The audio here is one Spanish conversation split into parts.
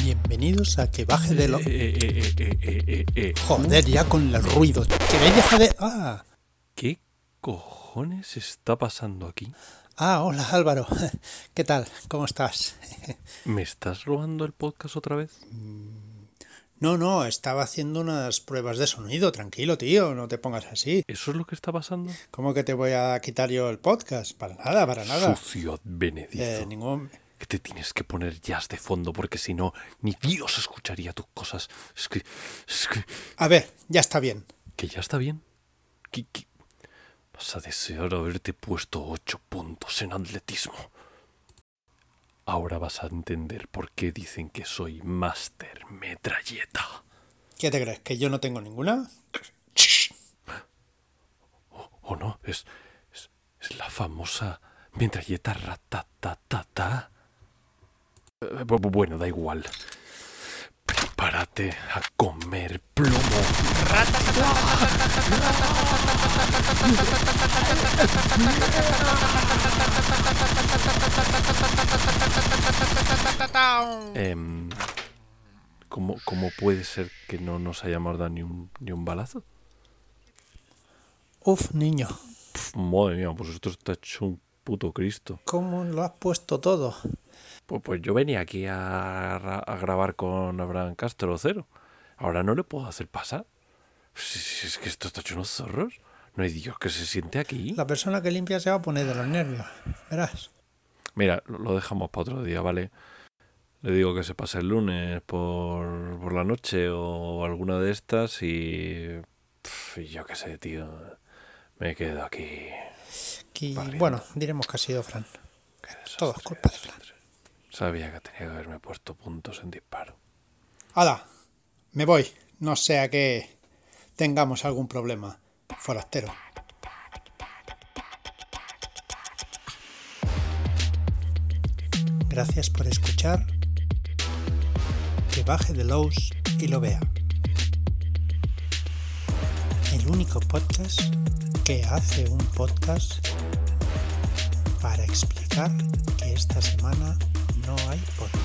Bienvenidos a Que Baje de lo... Joder, ya con los ruidos. Que me deja de... ¡Ah! ¿Qué cojones está pasando aquí? Ah, hola Álvaro. ¿Qué tal? ¿Cómo estás? ¿Me estás robando el podcast otra vez? No, estaba haciendo unas pruebas de sonido. Tranquilo, tío, no te pongas así. ¿Eso es lo que está pasando? ¿Cómo que te voy a quitar yo el podcast? Para nada. Sucio advenedizo. Ningún... Que te tienes que poner jazz de fondo porque si no, ni Dios escucharía tus cosas. Es que... A ver, ya está bien. ¿Que ya está bien? ¿Qué? Vas a desear haberte puesto 8 puntos en atletismo. Ahora vas a entender por qué dicen que soy Máster Metralleta. ¿Qué te crees? ¿Que yo no tengo ninguna? ¿O no? Es la famosa metralleta ratatatata. Bueno, da igual. Prepárate a comer plomo. ¿Cómo puede ser que no nos hayamos dado ni un balazo? Uf, niño. Madre mía, pues esto está hecho un puto Cristo. ¿Cómo lo has puesto todo? Pues yo venía aquí a grabar con Abraham Castro Cero. Ahora no le puedo hacer pasar. Si es que esto está hecho unos zorros. No hay Dios que se siente aquí. La persona que limpia se va a poner de los nervios. Verás. Mira, lo dejamos para otro día, ¿vale? Le digo que se pase el lunes por la noche o alguna de estas y yo qué sé, tío. Me quedo aquí. Bueno, diremos que ha sido Fran. Todo es culpa de Fran. Sabía que tenía que haberme puesto puntos en disparo. ¡Hala! Me voy. No sea que tengamos algún problema. Forastero. Gracias por escuchar. Que baje de Lowe's y lo vea. El único podcast que hace un podcast para explicar que esta semana no hay podcast.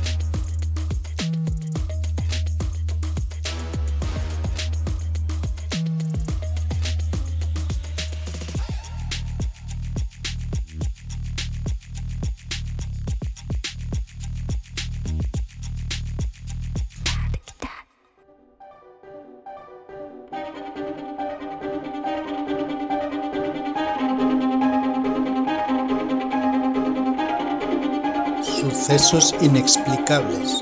Sucesos inexplicables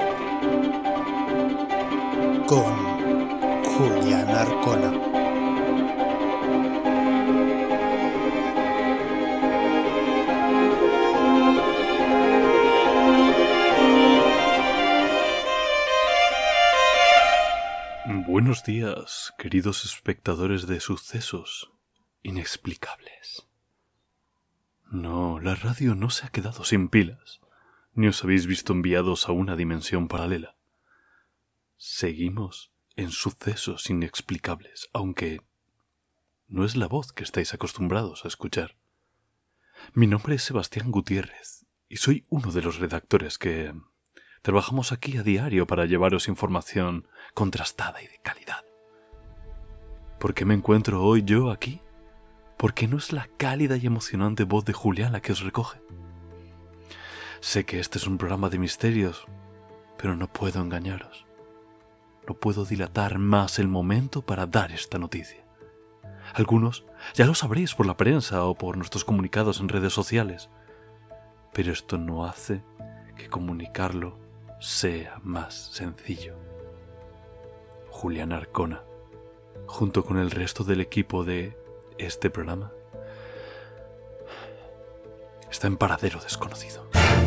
con Julián Arcona. Buenos días, queridos espectadores de Sucesos Inexplicables. No, la radio no se ha quedado sin pilas. Ni os habéis visto enviados a una dimensión paralela. Seguimos en Sucesos Inexplicables, aunque no es la voz que estáis acostumbrados a escuchar. Mi nombre es Sebastián Gutiérrez y soy uno de los redactores que trabajamos aquí a diario para llevaros información contrastada y de calidad. ¿Por qué me encuentro hoy yo aquí? Porque no es la cálida y emocionante voz de Julián la que os recoge. Sé que este es un programa de misterios, pero no puedo engañaros. No puedo dilatar más el momento para dar esta noticia. Algunos ya lo sabréis por la prensa o por nuestros comunicados en redes sociales, pero esto no hace que comunicarlo sea más sencillo. Julián Arcona, junto con el resto del equipo de este programa, está en paradero desconocido.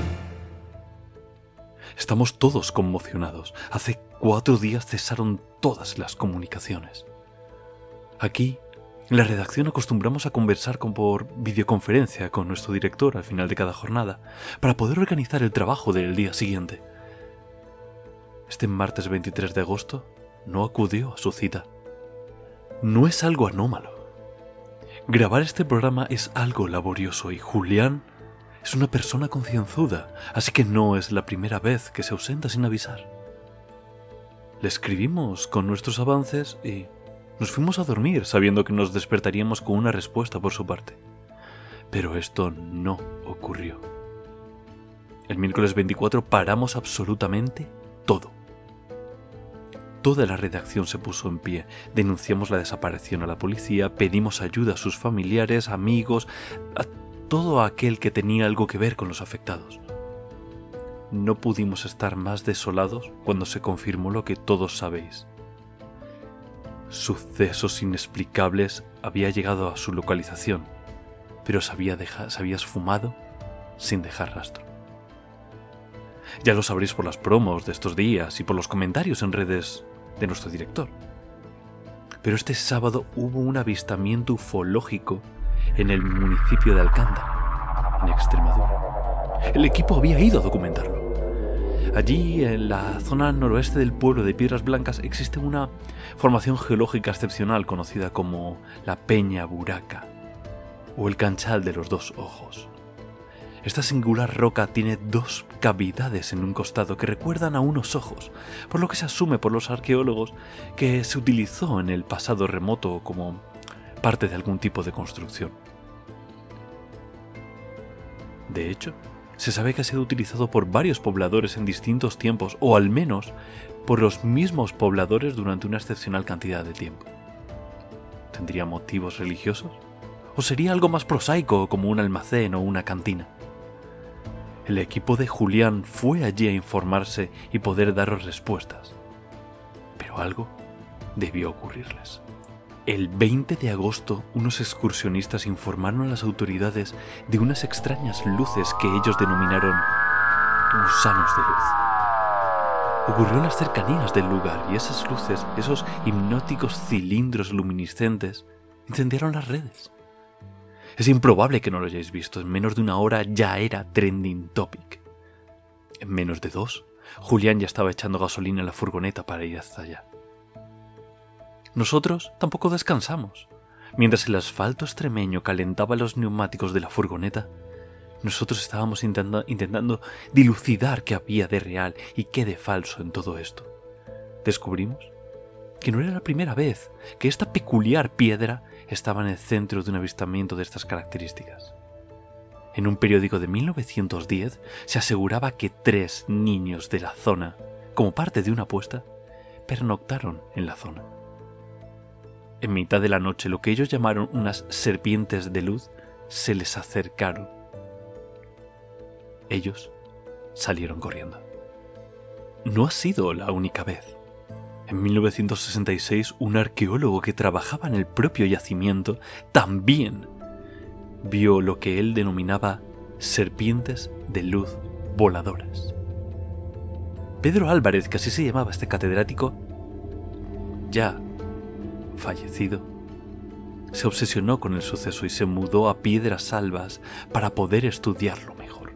Estamos todos conmocionados. Hace 4 días cesaron todas las comunicaciones. Aquí, en la redacción acostumbramos a conversar por videoconferencia con nuestro director al final de cada jornada para poder organizar el trabajo del día siguiente. Este martes 23 de agosto no acudió a su cita. No es algo anómalo. Grabar este programa es algo laborioso y Julián es una persona concienzuda, así que no es la primera vez que se ausenta sin avisar. Le escribimos con nuestros avances y nos fuimos a dormir sabiendo que nos despertaríamos con una respuesta por su parte. Pero esto no ocurrió. El miércoles 24 paramos absolutamente todo. Toda la redacción se puso en pie, denunciamos la desaparición a la policía, pedimos ayuda a sus familiares, amigos, a todo aquel que tenía algo que ver con los afectados. No pudimos estar más desolados cuando se confirmó lo que todos sabéis. Sucesos inexplicables había llegado a su localización, pero se había esfumado sin dejar rastro. Ya lo sabréis por las promos de estos días y por los comentarios en redes de nuestro director. Pero este sábado hubo un avistamiento ufológico en el municipio de Alcántara, en Extremadura. El equipo había ido a documentarlo. Allí, en la zona noroeste del pueblo de Piedras Blancas, existe una formación geológica excepcional conocida como la Peña Buraca o el Canchal de los Dos Ojos. Esta singular roca tiene dos cavidades en un costado que recuerdan a unos ojos, por lo que se asume por los arqueólogos que se utilizó en el pasado remoto como parte de algún tipo de construcción. De hecho, se sabe que ha sido utilizado por varios pobladores en distintos tiempos, o al menos por los mismos pobladores durante una excepcional cantidad de tiempo. ¿Tendría motivos religiosos? ¿O sería algo más prosaico como un almacén o una cantina? El equipo de Julián fue allí a informarse y poder daros respuestas. Pero algo debió ocurrirles. El 20 de agosto, unos excursionistas informaron a las autoridades de unas extrañas luces que ellos denominaron gusanos de luz. Ocurrió en las cercanías del lugar y esas luces, esos hipnóticos cilindros luminiscentes, incendiaron las redes. Es improbable que no lo hayáis visto. En menos de una hora ya era trending topic. En menos de 2, Julián ya estaba echando gasolina en la furgoneta para ir hasta allá. Nosotros tampoco descansamos. Mientras el asfalto extremeño calentaba los neumáticos de la furgoneta, nosotros estábamos intentando dilucidar qué había de real y qué de falso en todo esto. Descubrimos que no era la primera vez que esta peculiar piedra estaba en el centro de un avistamiento de estas características. En un periódico de 1910 se aseguraba que 3 niños de la zona, como parte de una apuesta, pernoctaron en la zona. En mitad de la noche, lo que ellos llamaron unas serpientes de luz se les acercaron. Ellos salieron corriendo. No ha sido la única vez. En 1966, un arqueólogo que trabajaba en el propio yacimiento también vio lo que él denominaba serpientes de luz voladoras. Pedro Álvarez, que así se llamaba este catedrático, ya fallecido, se obsesionó con el suceso y se mudó a Piedras Albas para poder estudiarlo mejor.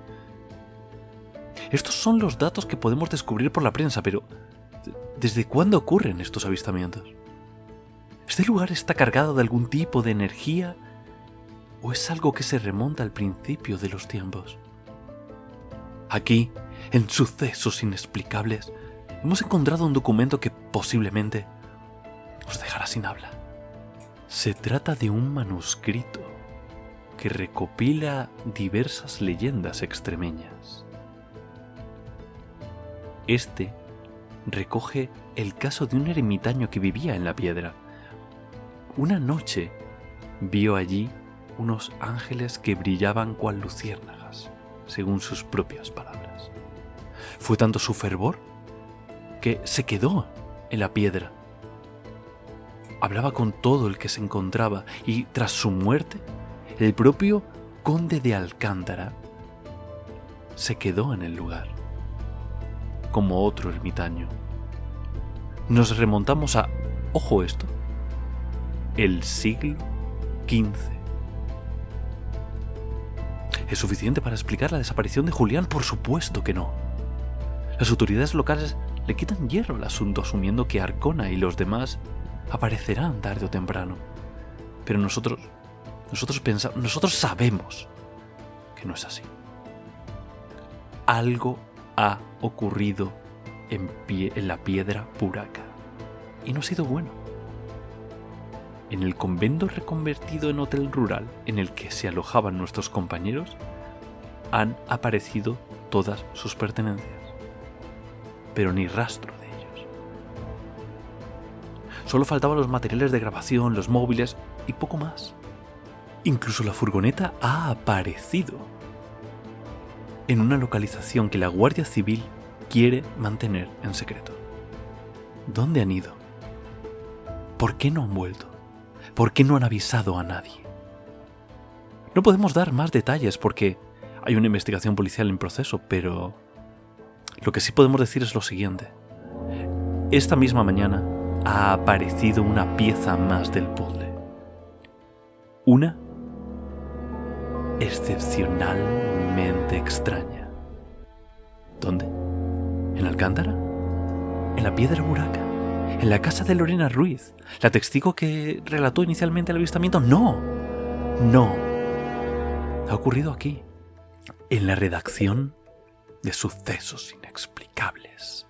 Estos son los datos que podemos descubrir por la prensa, pero ¿desde cuándo ocurren estos avistamientos? ¿Este lugar está cargado de algún tipo de energía o es algo que se remonta al principio de los tiempos? Aquí, en Sucesos Inexplicables, hemos encontrado un documento que posiblemente os dejará sin habla. Se trata de un manuscrito que recopila diversas leyendas extremeñas. Este recoge el caso de un ermitaño que vivía en la piedra. Una noche vio allí unos ángeles que brillaban cual luciérnagas, según sus propias palabras. Fue tanto su fervor que se quedó en la piedra. Hablaba con todo el que se encontraba y tras su muerte, el propio conde de Alcántara se quedó en el lugar, como otro ermitaño. Nos remontamos a, ojo esto, el siglo XV. ¿Es suficiente para explicar la desaparición de Julián? Por supuesto que no. Las autoridades locales le quitan hierro al asunto, asumiendo que Arcona y los demás aparecerán tarde o temprano. Pero nosotros sabemos que no es así. Algo ha ocurrido en la piedra Buraca. Y no ha sido bueno. En el convento reconvertido en hotel rural en el que se alojaban nuestros compañeros, han aparecido todas sus pertenencias, pero ni rastro de ellos. Solo faltaban los materiales de grabación, los móviles y poco más. Incluso la furgoneta ha aparecido en una localización que la Guardia Civil quiere mantener en secreto. ¿Dónde han ido? ¿Por qué no han vuelto? ¿Por qué no han avisado a nadie? No podemos dar más detalles porque hay una investigación policial en proceso, pero lo que sí podemos decir es lo siguiente. Esta misma mañana ha aparecido una pieza más del puzzle. Una excepcionalmente extraña. ¿Dónde? ¿En Alcántara? ¿En la piedra Buraca? ¿En la casa de Lorena Ruiz? ¿La testigo que relató inicialmente el avistamiento? ¡No! ¡No! Ha ocurrido aquí, en la redacción de Sucesos Inexplicables.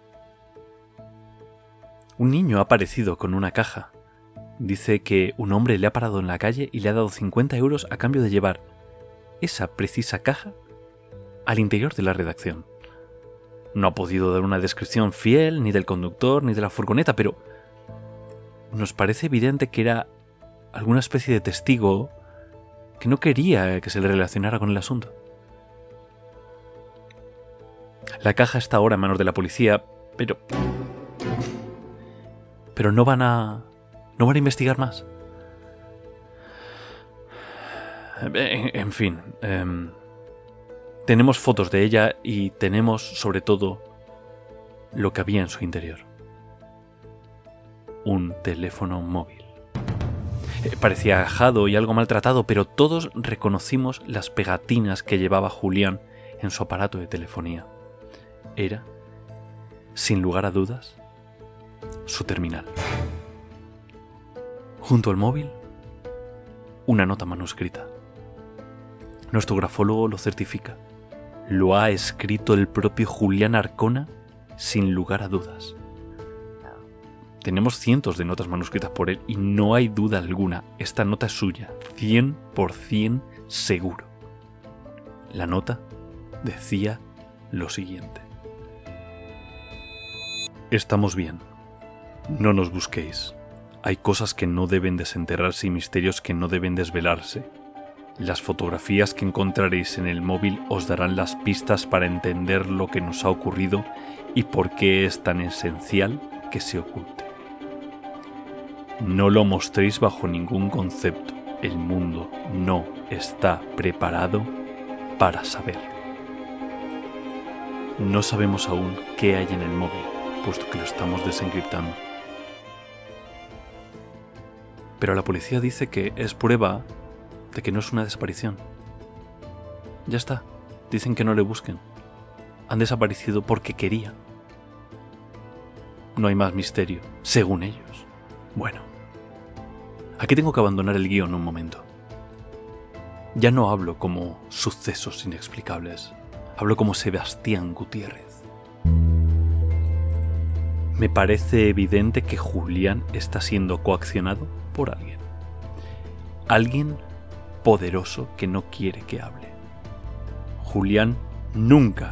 Un niño ha aparecido con una caja. Dice que un hombre le ha parado en la calle y le ha dado 50 euros a cambio de llevar esa precisa caja al interior de la redacción. No ha podido dar una descripción fiel ni del conductor ni de la furgoneta, pero nos parece evidente que era alguna especie de testigo que no quería que se le relacionara con el asunto. La caja está ahora en manos de la policía, pero no van a investigar más. En fin, tenemos fotos de ella y tenemos, sobre todo, lo que había en su interior. Un teléfono móvil. Parecía ajado y algo maltratado, pero todos reconocimos las pegatinas que llevaba Julián en su aparato de telefonía. Era, sin lugar a dudas, su terminal. Junto al móvil, una nota manuscrita. Nuestro grafólogo lo certifica. Lo ha escrito el propio Julián Arcona sin lugar a dudas. Tenemos cientos de notas manuscritas por él y no hay duda alguna, esta nota es suya, 100% seguro. La nota decía lo siguiente. Estamos bien. No nos busquéis. Hay cosas que no deben desenterrarse y misterios que no deben desvelarse. Las fotografías que encontraréis en el móvil os darán las pistas para entender lo que nos ha ocurrido y por qué es tan esencial que se oculte. No lo mostréis bajo ningún concepto. El mundo no está preparado para saberlo. No sabemos aún qué hay en el móvil, puesto que lo estamos desencriptando. Pero la policía dice que es prueba de que no es una desaparición. Ya está. Dicen que no le busquen. Han desaparecido porque querían. No hay más misterio, según ellos. Bueno, aquí tengo que abandonar el guión un momento. Ya no hablo como Sucesos Inexplicables. Hablo como Sebastián Gutiérrez. Me parece evidente que Julián está siendo coaccionado por alguien. Alguien poderoso que no quiere que hable. Julián nunca,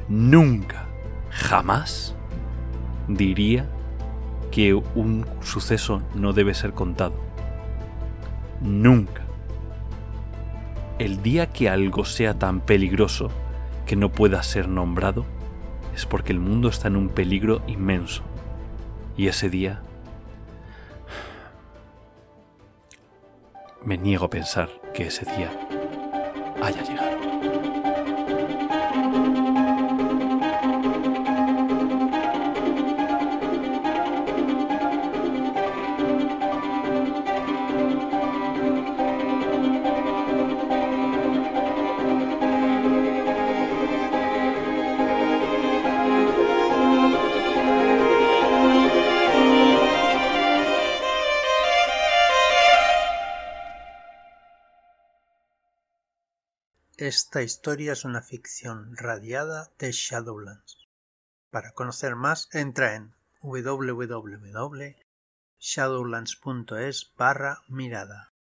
jamás diría que un suceso no debe ser contado. Nunca. El día que algo sea tan peligroso que no pueda ser nombrado, es porque el mundo está en un peligro inmenso. Y ese día me niego a pensar que ese día haya llegado. Esta historia es una ficción radiada de Shadowlands. Para conocer más, entra en www.shadowlands.es/mirada.